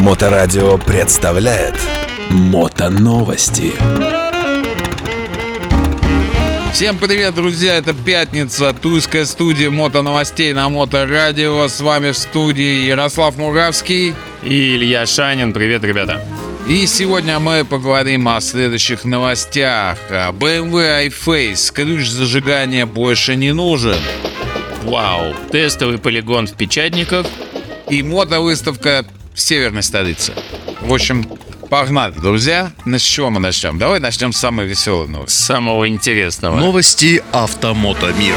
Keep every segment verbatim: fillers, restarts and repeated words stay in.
Моторадио представляет Мотоновости. Всем привет, друзья! Это пятница, тульская студия Мотоновостей на Моторадио. С вами в студии Ярослав Муравский и Илья Шанин. Привет, ребята! И сегодня мы поговорим о следующих новостях. бэ эм вэ iFace. Ключ зажигания больше не нужен. Вау! Тестовый полигон в Печатниках. И мотовыставка в северной столице. В общем, погнали, друзья. На с чего мы начнем? Давай начнем с самой веселой новости. С самого интересного. Новости автомото мира.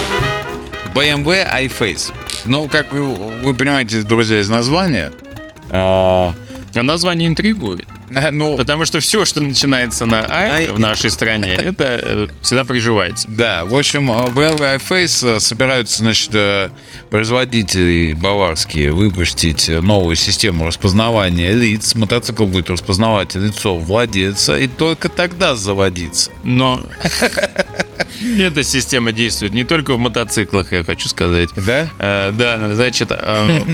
бэ эм вэ iFace. Ну, как вы, вы понимаете, друзья, из названия... А... Название интригует. Ну, потому что все, что начинается на «ай» в нашей стране, это всегда приживается. Да, в общем, бэ эм вэ iFace собираются, значит, производители баварские выпустить новую систему распознавания лиц. Мотоцикл будет распознавать лицо владельца и только тогда заводиться. Но эта система действует не только в мотоциклах, я хочу сказать. Да? А, да, значит, а,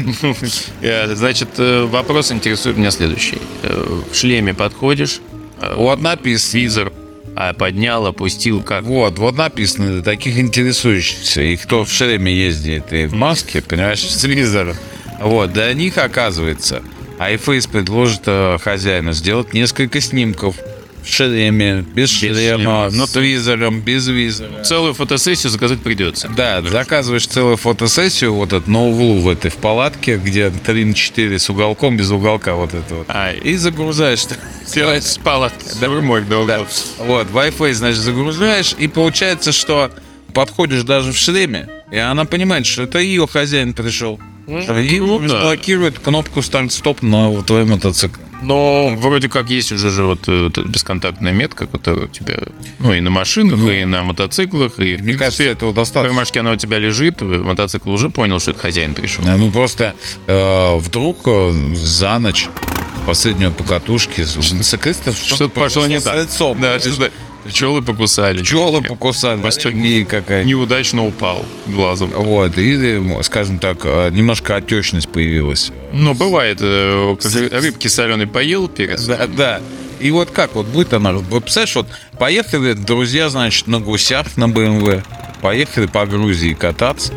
значит, вопрос интересует меня следующий. В шлеме подходишь, вот написано. Визор поднял, опустил, как. Вот, вот написано для таких интересующихся. И кто в шлеме ездит и в маске, понимаешь, с визором. Вот, для них, оказывается, iFace предложит хозяину сделать несколько снимков в шлеме, без, без шлема, но с визором, без визора. Целую фотосессию заказать придется. Да, заказываешь целую фотосессию вот это на углу в этой в палатке, где три на четыре с уголком, без уголка вот это вот. А, и загружаешь. Делаешь с палатки. Да, мой, да, да. Вот, в iFace, значит, загружаешь, и получается, что подходишь даже в шлеме, и она понимает, что это ее хозяин пришел. И ну, да. блокирует кнопку старт-стоп на твой мотоцикл. Но вроде как есть уже же вот бесконтактная метка, которая у тебя, ну, и на машинах, ну, и на мотоциклах, и мне кажется, этого достаточно. В кармашке она у тебя лежит, мотоцикл уже понял, что это хозяин пришел. Ну просто э, вдруг э, за ночь последнюю покатушки мотоциклистов что-то пошло не так. Лицом. Да, пчелы покусали. Пчелы покусали. И какая неудачно упал глазом. Вот, или, скажем так, немножко отечность появилась. Ну, бывает, рыбки соленой поел перец. Да, да. И вот как вот будет она? Вот, представляешь, вот поехали друзья, значит, на гусях на бэ эм вэ, поехали по Грузии кататься,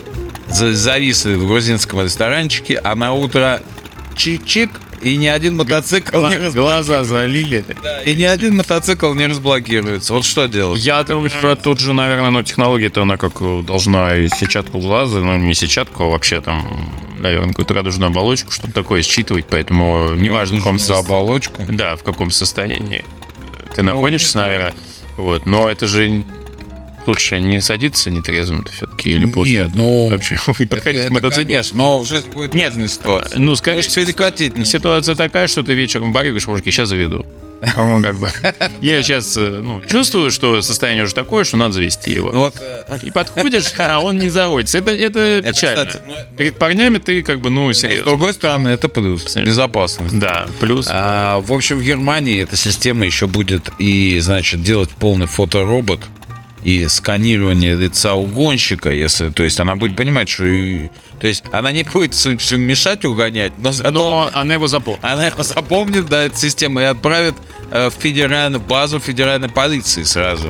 зависли в грузинском ресторанчике, а на утро чик-чик, и ни один мотоцикл Гла- не раз... глаза залили. Да, и ни один мотоцикл не разблокируется. Вот что делать? Я думаю, что тут же, наверное, ну, технология-то она как должна и сетчатку глаза, ну, не сетчатку, а вообще там, наверное, какую-то радужную оболочку, что-то такое считывать, поэтому неважно, в каком за оболочку. Да, в каком состоянии ты находишься, наверное. Вот, но это же лучше не садиться нетрезвым-то все-таки или после. Нет, ну вообще проходить мотоцикл. Конечно, но уже будет нет ситуация. Ну, скажешь, перекатить. Ситуация такая, что ты вечером в баре говоришь, мужики, сейчас заведу. Как бы. Я сейчас ну, чувствую, что состояние уже такое, что надо завести его. Вот. И подходишь, а он не заводится. Это, это, это печально. Кстати, перед парнями ты как бы, ну, серьезно. С другой стороны, это плюс. Безопасность. Да, плюс. А, в общем, в Германии эта система еще будет и, значит, делать полный фоторобот и сканирование лица угонщика, если, то есть она будет понимать, что, то есть она не будет мешать угонять, но, но она его запомнит. Она его запомнит, да, эта система, и отправит э, в федеральную базу федеральной полиции сразу.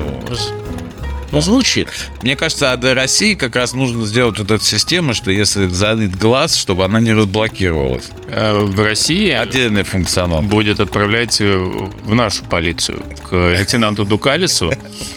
Ну, звучит. Мне кажется, а для России как раз нужно сделать вот эту систему, что если залит глаз, чтобы она не разблокировалась. В России отдельный функционал будет отправлять в нашу полицию к лейтенанту Дукалису,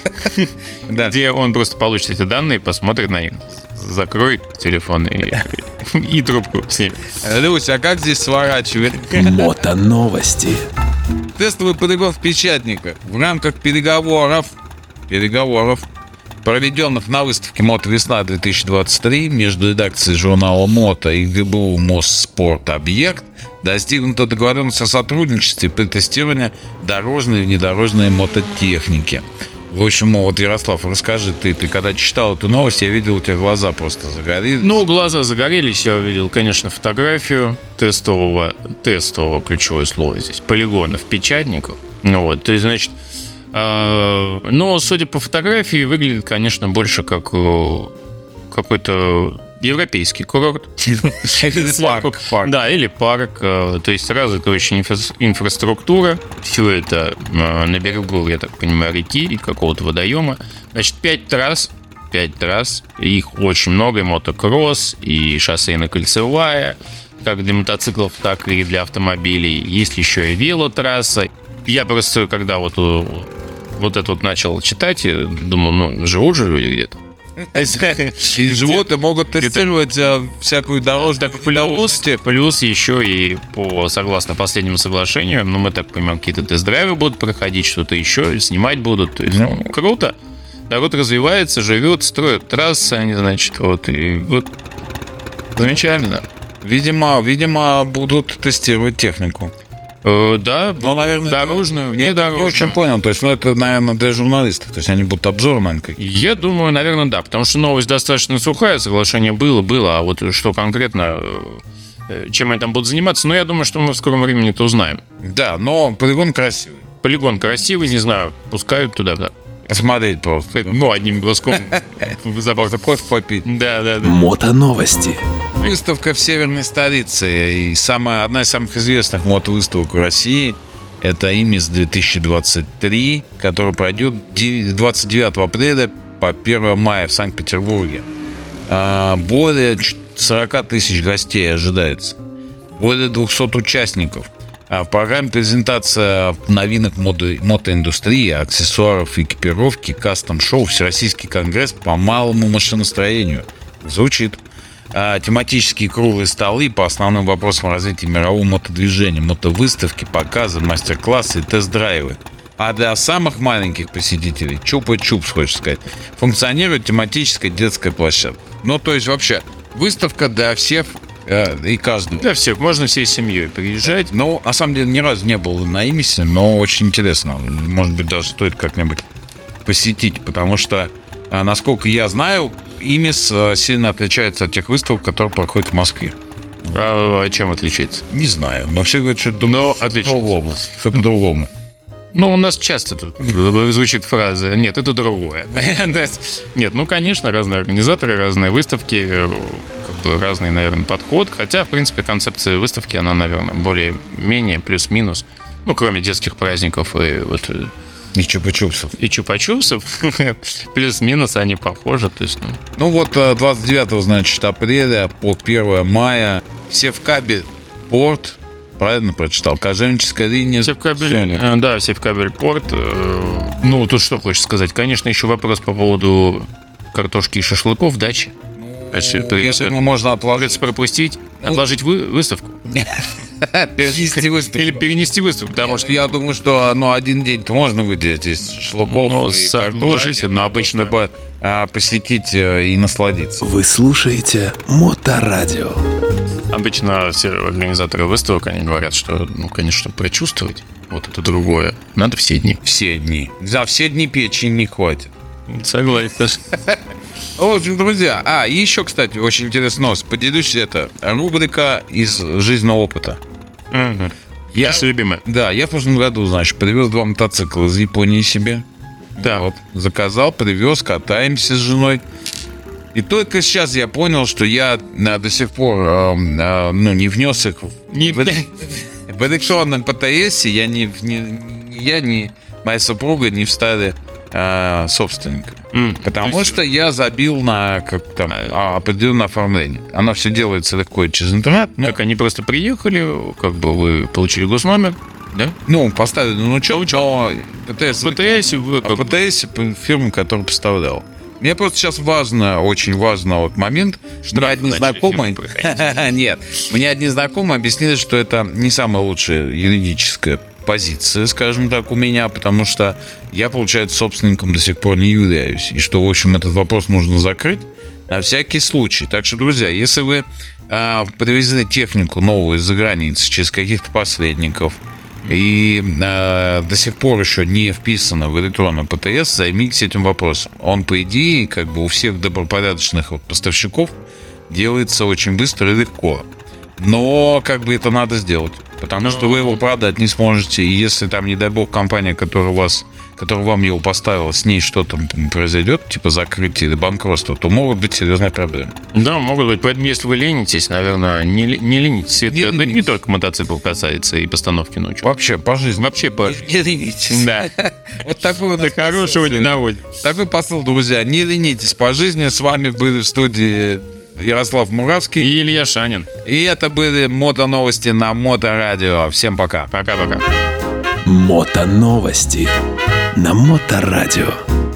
где он просто получит эти данные, посмотрит на них, закроет телефон и трубку снимет. Люся, а как здесь сворачивать? Мотоновости. Тестовый полигон в Печатниках в рамках переговоров переговоров проведенных на выставке «Мотовесна-две тысячи двадцать три» между редакцией журнала «Мото» и гэ бэ у «Мосспорт Объект» достигнута договоренность о сотрудничестве при тестировании дорожной и внедорожной мототехники. В общем, вот, Ярослав, расскажи, ты, ты когда читал эту новость, я видел, у тебя глаза просто загорелись. Ну, глаза загорелись, я увидел, конечно, фотографию тестового, тестового, ключевое слово здесь, полигона в Печатниках. Ну вот, то есть, значит, но, судя по фотографии, выглядит, конечно, больше как какой-то европейский курорт. Парк, парк. Да, или парк. То есть развита очень инфраструктура. Все это на берегу, я так понимаю, реки и какого-то водоема. Значит, пять трасс. Пять трасс. Их очень много. И мотокросс, и шоссейно-кольцевая. Как для мотоциклов, так и для автомобилей. Есть еще и велотрасса. Я просто, когда вот, вот это вот начал читать, думал, ну, живут же люди где-то. И животные могут тестировать всякую дорожную плюс, плюс еще и по, согласно последнему соглашению, ну, мы так понимаем, какие-то тест-драйвы будут проходить, что-то еще, снимать будут. То есть, ну, круто. Народ развивается, живет, строят трассы, они, значит, вот, и вот замечательно. Видимо, видимо, будут тестировать технику. Э, да, ну, наверное, дорожную, не дорожную. Я очень понял, то есть, ну, это, наверное, для журналистов, то есть они будут обзор маленький. Я думаю, наверное, да, потому что новость достаточно сухая, соглашение было, было, а вот что конкретно, чем они там будут заниматься, ну, я думаю, что мы в скором времени это узнаем. Да, но полигон красивый. Полигон красивый, не знаю, пускают туда, да. Смотреть просто. Ну, одним глазком забавно кофе попить. Да, да, да. Мотоновости. Выставка в северной столице. И самая, одна из самых известных мотовыставок в России – это ИМИС две тысячи двадцать три, который пройдет двадцать девятого апреля по первого мая в Санкт-Петербурге. Более сорок тысяч гостей ожидается. Более двухсот участников. А в программе презентация новинок моды, мотоиндустрии, аксессуаров, экипировки, кастом-шоу, Всероссийский конгресс по малому машиностроению. Звучит. А, тематические круглые столы по основным вопросам развития мирового мотодвижения, мотовыставки, показы, мастер-классы и тест-драйвы. А для самых маленьких посетителей, чупа-чупс, хочешь сказать, функционирует тематическая детская площадка. Ну, то есть вообще выставка для всех и каждого. Для всех, можно всей семьей приезжать. Ну, на самом деле, ни разу не был на ИМИСе, но очень интересно. Может быть, даже стоит как-нибудь посетить, потому что, насколько я знаю, ИМИС сильно отличается от тех выставок, которые проходят в Москве. А чем отличается? Не знаю, но все говорят, что это по-другому. Что по-другому. Ну, у нас часто тут звучит фраза «нет, это другое». Нет, ну, конечно, разные организаторы, разные выставки, как бы разный, наверное, подход. Хотя, в принципе, концепция выставки, она, наверное, более-менее плюс-минус. Ну, кроме детских праздников и вот... И чупа-чупсов. И чупа-чупсов. Плюс-минус они похожи. То есть, ну. ну вот двадцать девятого, значит, апреля по первого мая в Севкабель порт. Правильно прочитал? Кожевническая линия. Севкабель, да, Севкабель порт. Ну, тут что хочешь сказать? Конечно, еще вопрос по поводу картошки и шашлыков, дачи. Если можно отложить. пропустить, отложить вы, выставку. Перенести выставку. Или перенести выставку, потому что я думаю, что ну, один день-то можно выделить из шашлыков ну, и картошки, но обычно бы посетить и насладиться. Вы слушаете Моторадио. Обычно все организаторы выставок, они говорят, что, ну, конечно, чтобы прочувствовать вот это другое, надо все дни. Все дни. За все дни печи не хватит. Согласен. В общем, друзья, а, и еще, кстати, очень интересная новость. Поделюсь, это рубрика из жизненного опыта. Угу. Я с любимая. Да, я в прошлом году, значит, привез два мотоцикла из Японии себе. Да. Вот, заказал, привез, катаемся с женой. И только сейчас я понял, что я а, до сих пор а, а, ну, не внес их не... в, в электронном ПТС. Я не, не, я не моя супруга не встали а, собственниками. Mm, потому что я забил на как, там, а, определенное оформление. Оно все делается легко через интернет. Ну, как они просто приехали, как бы вы получили госномер, да? Ну, поставили на учет, но ПТС, ПТС, вы... ПТС фирму, которую поставлял. Мне просто сейчас важно, очень важно вот момент, что мне одни знакомые... Нет, мне одни знакомые объяснили, что это не самая лучшая юридическая позиция, скажем так, у меня, потому что я, получается, собственником до сих пор не являюсь. И что, в общем, этот вопрос нужно закрыть на всякий случай. Так что, друзья, если вы а, привезли технику новую из-за границы через каких-то посредников, и э, до сих пор еще не вписано в электронный ПТС, займитесь этим вопросом. Он, по идее, как бы у всех добропорядочных поставщиков делается очень быстро и легко. Но как бы это надо сделать, потому что вы его продать не сможете. И если там, не дай бог, компания, которая у вас который вам его поставил, с ней что-то произойдет, типа закрытие или банкротство, то могут быть серьезные проблемы. Да, могут быть. Поэтому, если вы ленитесь, наверное, не, ли- не ленитесь. Это Не да ленитесь. не только мотоцикл касается и постановки ночью. Вообще, по жизни. Вообще, по... Не ленитесь. Да. Вот такой вот До хорошего не наводит. Такой посыл, друзья. Не ленитесь по жизни. С вами были в студии Ярослав Муравский. И Илья Шанин. И это были мото-новости на Моторадио. Всем пока. Пока-пока. Мото-новости на Моторадио.